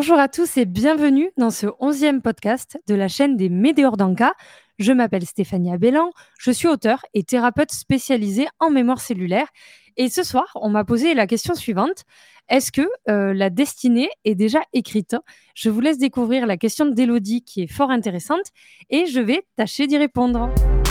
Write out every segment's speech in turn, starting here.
Bonjour à tous et bienvenue dans ce 11e podcast de la chaîne des Médéors d'Anka. Je m'appelle Stéphanie Abellan, je suis auteure et thérapeute spécialisée en mémoire cellulaire. Et ce soir, on m'a posé la question suivante. Est-ce que la destinée est déjà écrite? Je vous laisse découvrir la question d'Élodie qui est fort intéressante et je vais tâcher d'y répondre.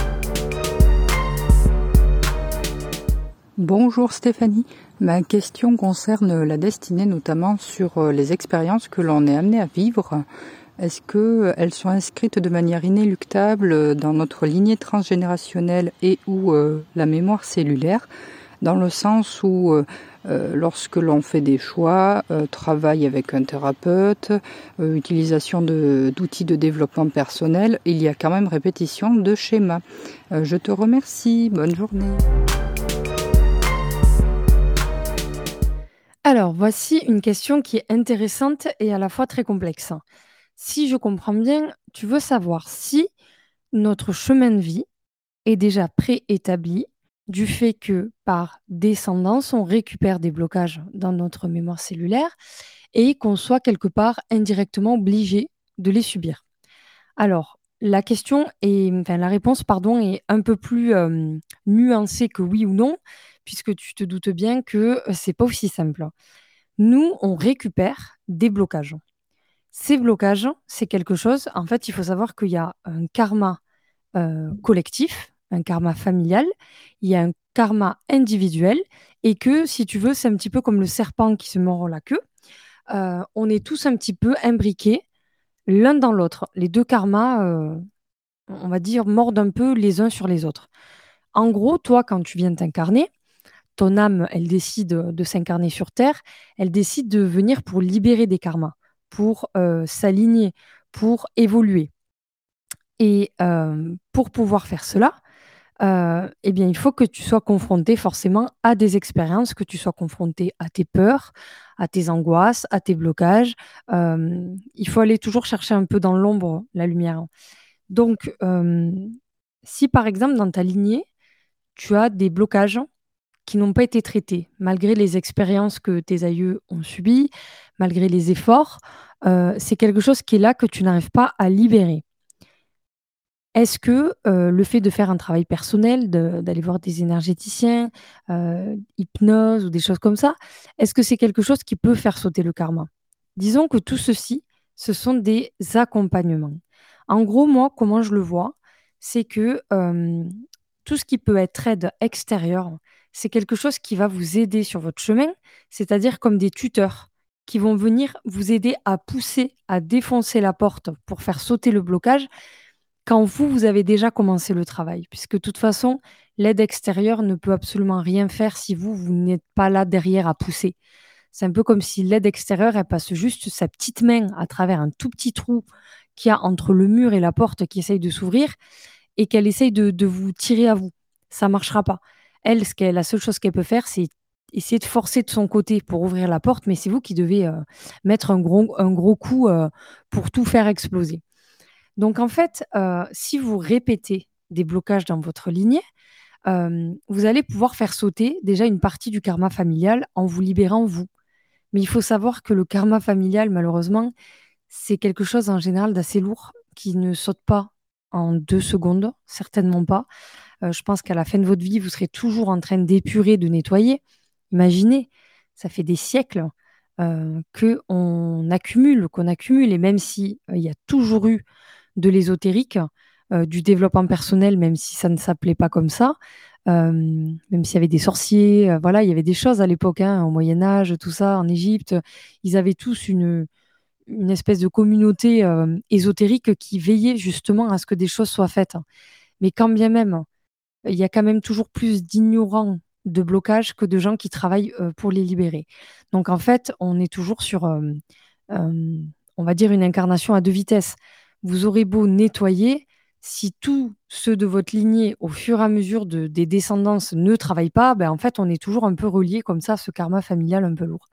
Bonjour Stéphanie, ma question concerne la destinée, notamment sur les expériences que l'on est amené à vivre. Est-ce qu'elles sont inscrites de manière inéluctable dans notre lignée transgénérationnelle et ou la mémoire cellulaire, dans le sens où lorsque l'on fait des choix, travail avec un thérapeute, utilisation d'outils de développement personnel, il y a quand même répétition de schémas. Je te remercie, bonne journée. Alors, voici une question qui est intéressante et à la fois très complexe. Si je comprends bien, tu veux savoir si notre chemin de vie est déjà préétabli du fait que par descendance, on récupère des blocages dans notre mémoire cellulaire et qu'on soit quelque part indirectement obligé de les subir. Alors, la réponse, pardon, est un peu plus nuancée que oui ou non, puisque tu te doutes bien que c'est pas aussi simple. Nous, on récupère des blocages. Ces blocages, c'est quelque chose, en fait, il faut savoir qu'il y a un karma collectif, un karma familial, il y a un karma individuel, et que, si tu veux, c'est un petit peu comme le serpent qui se mord la queue. On est tous un petit peu imbriqués l'un dans l'autre. Les deux karmas, on va dire, mordent un peu les uns sur les autres. En gros, toi, quand tu viens t'incarner, ton âme, elle décide de s'incarner sur Terre, elle décide de venir pour libérer des karmas, pour s'aligner, pour évoluer. Et pour pouvoir faire cela, eh bien, il faut que tu sois confronté forcément à des expériences, que tu sois confronté à tes peurs, à tes angoisses, à tes blocages. Il faut aller toujours chercher un peu dans l'ombre la lumière. Donc, si par exemple dans ta lignée, tu as des blocages qui n'ont pas été traités, malgré les expériences que tes aïeux ont subies, malgré les efforts, c'est quelque chose qui est là que tu n'arrives pas à libérer. Est-ce que le fait de faire un travail personnel, d'aller voir des énergéticiens, hypnose ou des choses comme ça, est-ce que c'est quelque chose qui peut faire sauter le karma? Disons que tout ceci, ce sont des accompagnements. En gros, moi, comment je le vois, c'est que tout ce qui peut être aide extérieure, c'est quelque chose qui va vous aider sur votre chemin, c'est-à-dire comme des tuteurs qui vont venir vous aider à pousser, à défoncer la porte pour faire sauter le blocage quand vous avez déjà commencé le travail. Puisque de toute façon, l'aide extérieure ne peut absolument rien faire si vous n'êtes pas là derrière à pousser. C'est un peu comme si l'aide extérieure, elle passe juste sa petite main à travers un tout petit trou qu'il y a entre le mur et la porte qui essaye de s'ouvrir et qu'elle essaye de vous tirer à vous. Ça ne marchera pas. Elle, la seule chose qu'elle peut faire, c'est essayer de forcer de son côté pour ouvrir la porte, mais c'est vous qui devez mettre un gros coup pour tout faire exploser. Donc en fait, si vous répétez des blocages dans votre lignée, vous allez pouvoir faire sauter déjà une partie du karma familial en vous libérant vous. Mais il faut savoir que le karma familial, malheureusement, c'est quelque chose en général d'assez lourd qui ne saute pas en 2 secondes, certainement pas. Je pense qu'à la fin de votre vie, vous serez toujours en train d'épurer, de nettoyer. Imaginez, ça fait des siècles qu'on accumule, et même si il y a toujours eu de l'ésotérique, du développement personnel, même si ça ne s'appelait pas comme ça, même s'il y avait des sorciers, voilà, il y avait des choses à l'époque, hein, au Moyen Âge, tout ça, en Égypte. Ils avaient tous une espèce de communauté ésotérique qui veillait justement à ce que des choses soient faites. Mais quand bien même, il y a quand même toujours plus d'ignorants de blocage que de gens qui travaillent pour les libérer. Donc en fait, on est toujours sur, on va dire, une incarnation à deux vitesses. Vous aurez beau nettoyer, si tous ceux de votre lignée, au fur et à mesure des descendances, ne travaillent pas, ben en fait, on est toujours un peu relié comme ça à ce karma familial un peu lourd.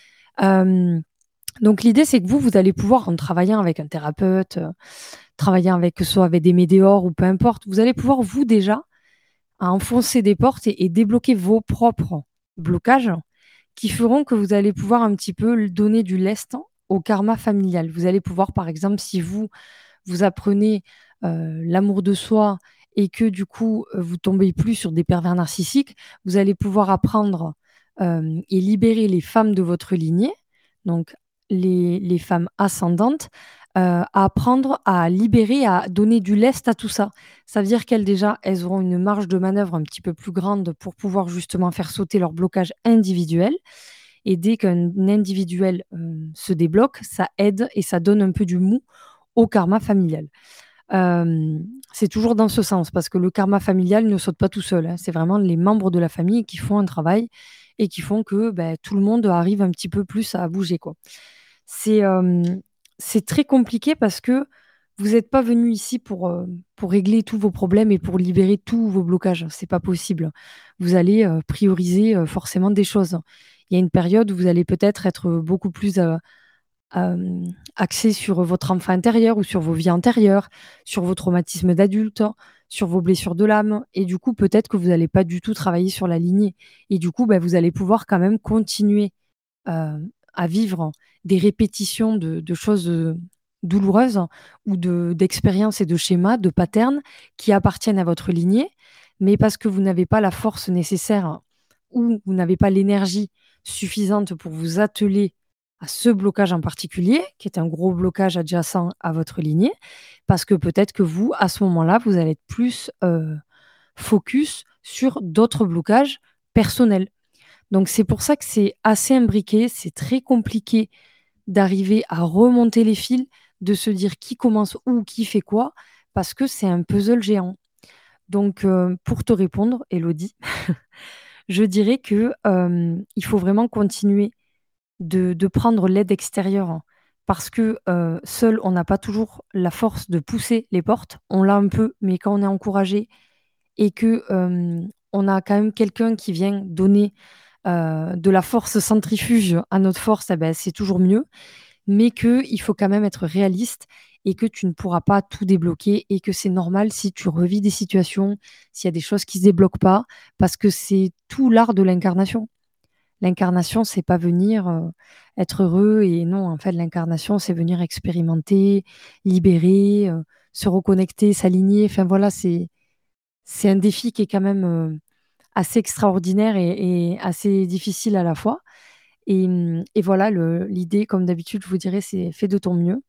Donc l'idée, c'est que vous allez pouvoir, en travaillant avec un thérapeute, travaillant avec, que ce soit avec des médiors ou peu importe, vous allez pouvoir, vous déjà, à enfoncer des portes et débloquer vos propres blocages qui feront que vous allez pouvoir un petit peu donner du lest au karma familial. Vous allez pouvoir, par exemple, si vous apprenez l'amour de soi et que du coup, vous tombez plus sur des pervers narcissiques, vous allez pouvoir apprendre et libérer les femmes de votre lignée, donc les femmes ascendantes, à apprendre à libérer, à donner du lest à tout ça. Ça veut dire qu'elles, déjà, elles auront une marge de manœuvre un petit peu plus grande pour pouvoir justement faire sauter leur blocage individuel. Et dès qu'un individuel se débloque, ça aide et ça donne un peu du mou au karma familial. C'est toujours dans ce sens, parce que le karma familial ne saute pas tout seul, hein. C'est vraiment les membres de la famille qui font un travail et qui font que tout le monde arrive un petit peu plus à bouger, quoi. C'est c'est très compliqué parce que vous n'êtes pas venu ici pour régler tous vos problèmes et pour libérer tous vos blocages. C'est pas possible. Vous allez prioriser forcément des choses. Il y a une période où vous allez peut-être être beaucoup plus axé sur votre enfant intérieur ou sur vos vies antérieures, sur vos traumatismes d'adulte, sur vos blessures de l'âme. Et du coup, peut-être que vous n'allez pas du tout travailler sur la lignée. Et du coup, vous allez pouvoir quand même continuer à vivre des répétitions de choses douloureuses ou d'expériences et de schémas, de patterns qui appartiennent à votre lignée, mais parce que vous n'avez pas la force nécessaire ou vous n'avez pas l'énergie suffisante pour vous atteler à ce blocage en particulier, qui est un gros blocage adjacent à votre lignée, parce que peut-être que vous, à ce moment-là, vous allez être plus focus sur d'autres blocages personnels. Donc c'est pour ça que c'est assez imbriqué, c'est très compliqué d'arriver à remonter les fils, de se dire qui commence où, qui fait quoi, parce que c'est un puzzle géant. Donc pour te répondre, Elodie, je dirais que il faut vraiment continuer de prendre l'aide extérieure, hein, parce que seul, on n'a pas toujours la force de pousser les portes. On l'a un peu, mais quand on est encouragé et que on a quand même quelqu'un qui vient donner de la force centrifuge à notre force, c'est toujours mieux, mais qu'il faut quand même être réaliste et que tu ne pourras pas tout débloquer et que c'est normal si tu revis des situations, s'il y a des choses qui ne se débloquent pas, parce que c'est tout l'art de l'incarnation. L'incarnation, c'est pas venir être heureux et non, en fait, l'incarnation, c'est venir expérimenter, libérer, se reconnecter, s'aligner. Enfin voilà, c'est un défi qui est quand même assez extraordinaire et assez difficile à la fois. Et voilà, l'idée, comme d'habitude, je vous dirais, c'est fais de ton mieux.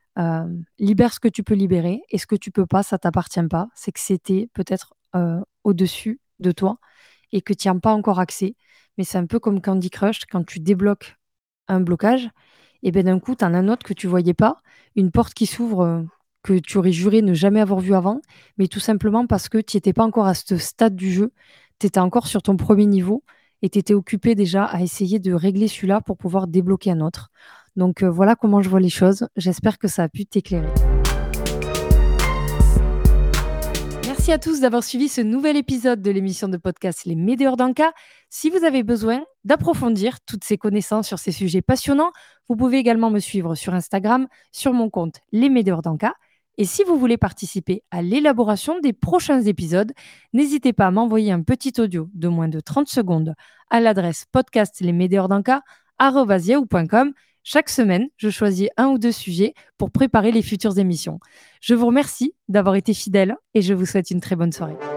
Libère ce que tu peux libérer et ce que tu peux pas, ça t'appartient pas. C'est que c'était peut-être au-dessus de toi et que tu n'y as pas encore accès. Mais c'est un peu comme Candy Crush, quand tu débloques un blocage, et bien d'un coup, tu en as un autre que tu voyais pas, une porte qui s'ouvre que tu aurais juré ne jamais avoir vu avant, mais tout simplement parce que tu n'étais pas encore à ce stade du jeu, tu étais encore sur ton premier niveau et tu étais occupé déjà à essayer de régler celui-là pour pouvoir débloquer un autre. Donc voilà comment je vois les choses. J'espère que ça a pu t'éclairer. Merci à tous d'avoir suivi ce nouvel épisode de l'émission de podcast Les Médéors d'Anka. Si vous avez besoin d'approfondir toutes ces connaissances sur ces sujets passionnants, vous pouvez également me suivre sur Instagram, sur mon compte Les Médéors d'Anka. Et si vous voulez participer à l'élaboration des prochains épisodes, n'hésitez pas à m'envoyer un petit audio de moins de 30 secondes à l'adresse podcastlesmédéordanka@yahoo.com. Chaque semaine, je choisis un ou deux sujets pour préparer les futures émissions. Je vous remercie d'avoir été fidèles et je vous souhaite une très bonne soirée.